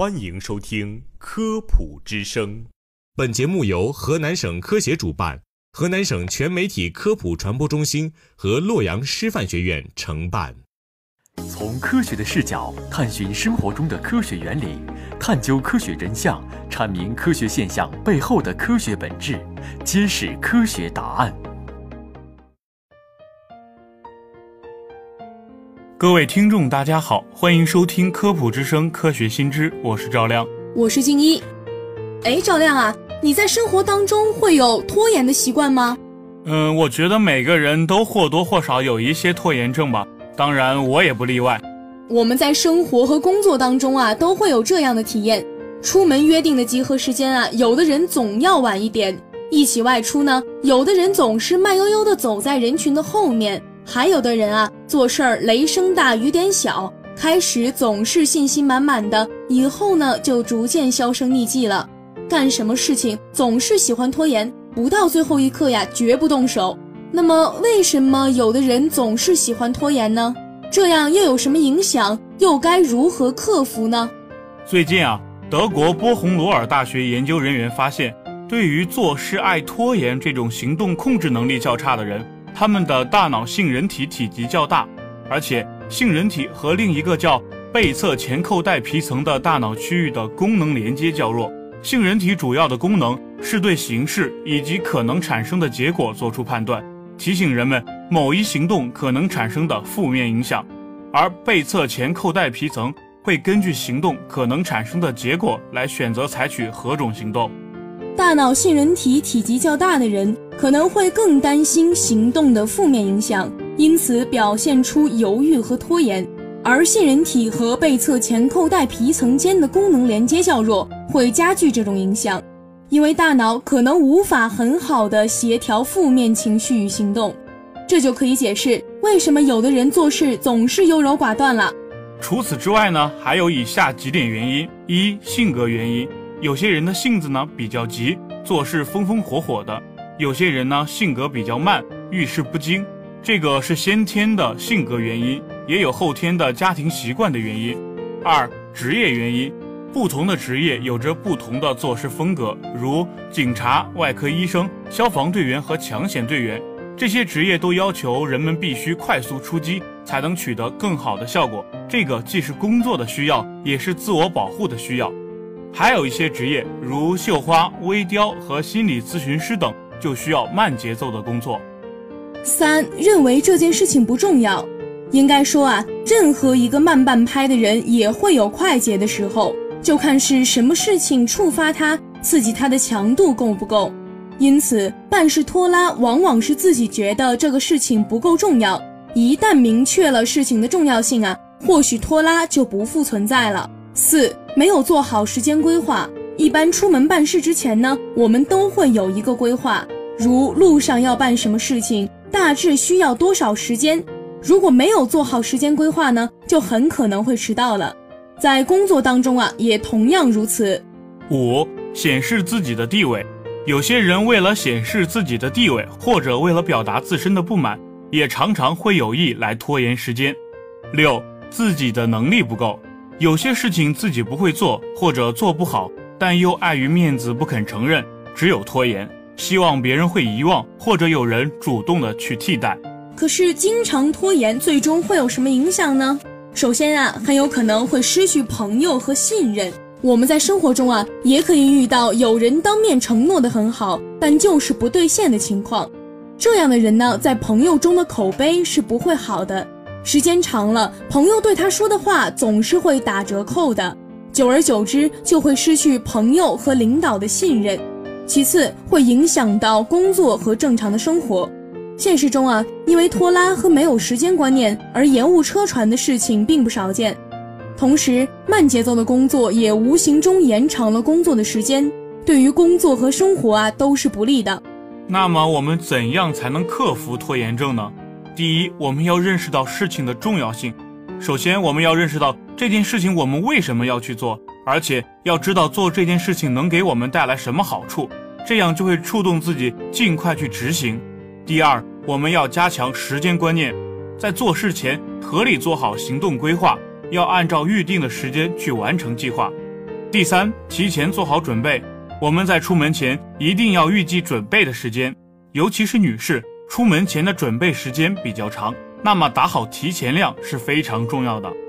欢迎收听科普之声。本节目由河南省科协主办，河南省全媒体科普传播中心和洛阳师范学院承办。 从科学的视角探寻生活中的科学原理，探究科学真相，阐明科学现象背后的科学本质，揭示科学答案。 各位听众大家好，欢迎收听科普之声科学新知，我是赵亮， 我是静一。赵亮啊，你在生活当中会有拖延的习惯吗？ 我觉得每个人都或多或少有一些拖延症吧，当然我也不例外。 我们在生活和工作当中啊，都会有这样的体验。出门约定的集合时间啊，有的人总要晚一点；一起外出呢，有的人总是慢悠悠地走在人群的后面。还有的人啊，做事儿雷声大雨点小，开始总是信心满满的，以后呢就逐渐销声匿迹了。干什么事情总是喜欢拖延，不到最后一刻呀绝不动手。那么为什么有的人总是喜欢拖延呢？这样又有什么影响？又该如何克服呢？ 最近啊，德国波鸿罗尔大学研究人员发现，对于做事爱拖延这种行动控制能力较差的人，他们的大脑杏仁体体积较大，而且杏仁体和另一个叫背侧前扣带皮层的大脑区域的功能连接较弱。杏仁体主要的功能是对形式以及可能产生的结果做出判断，提醒人们某一行动可能产生的负面影响，而背侧前扣带皮层会根据行动可能产生的结果来选择采取何种行动。 大脑杏仁体体积较大的人可能会更担心行动的负面影响，因此表现出犹豫和拖延。而杏仁体和背侧前扣带皮层间的功能连接较弱，会加剧这种影响，因为大脑可能无法很好地协调负面情绪与行动。这就可以解释为什么有的人做事总是优柔寡断了。 除此之外呢，还有以下几点原因：一、性格原因，有些人的性子呢比较急，做事风风火火的；有些人呢性格比较慢，遇事不惊。这个是先天的性格原因，也有后天的家庭习惯的原因。二、职业原因，不同的职业有着不同的做事风格，如警察、外科医生、消防队员和抢险队员，这些职业都要求人们必须快速出击，才能取得更好的效果。这个既是工作的需要，也是自我保护的需要。还有一些职业，如绣花、微雕和心理咨询师等，就需要慢节奏的工作。 三、认为这件事情不重要。应该说啊，任何一个慢半拍的人也会有快捷的时候，就看是什么事情触发他，刺激他的强度够不够。因此，办事拖拉往往是自己觉得这个事情不够重要，一旦明确了事情的重要性啊，或许拖拉就不复存在了。四、没有做好时间规划。一般出门办事之前呢，我们都会有一个规划，如路上要办什么事情，大致需要多少时间。如果没有做好时间规划呢，就很可能会迟到了。在工作当中啊，也同样如此。 五、显示自己的地位。有些人为了显示自己的地位，或者为了表达自身的不满，也常常会有意来拖延时间。六、自己的能力不够。有些事情自己不会做，或者做不好，但又碍于面子不肯承认，只有拖延，希望别人会遗忘，或者有人主动的去替代。 可是经常拖延最终会有什么影响呢？首先啊，很有可能会失去朋友和信任。我们在生活中啊，也可以遇到有人当面承诺得很好，但就是不兑现的情况。这样的人呢，在朋友中的口碑是不会好的。时间长了，朋友对他说的话总是会打折扣的，久而久之就会失去朋友和领导的信任。其次，会影响到工作和正常的生活。现实中啊，因为拖拉和没有时间观念而延误车船的事情并不少见。同时，慢节奏的工作也无形中延长了工作的时间，对于工作和生活啊都是不利的。 那么我们怎样才能克服拖延症呢？第一，我们要认识到事情的重要性。首先，我们要认识到这件事情我们为什么要去做，而且要知道做这件事情能给我们带来什么好处，这样就会触动自己尽快去执行。第二，我们要加强时间观念，在做事前合理做好行动规划，要按照预定的时间去完成计划。 第三，提前做好准备。我们在出门前一定要预计准备的时间，尤其是女士，出门前的准备时间比较长，那么打好提前量是非常重要的。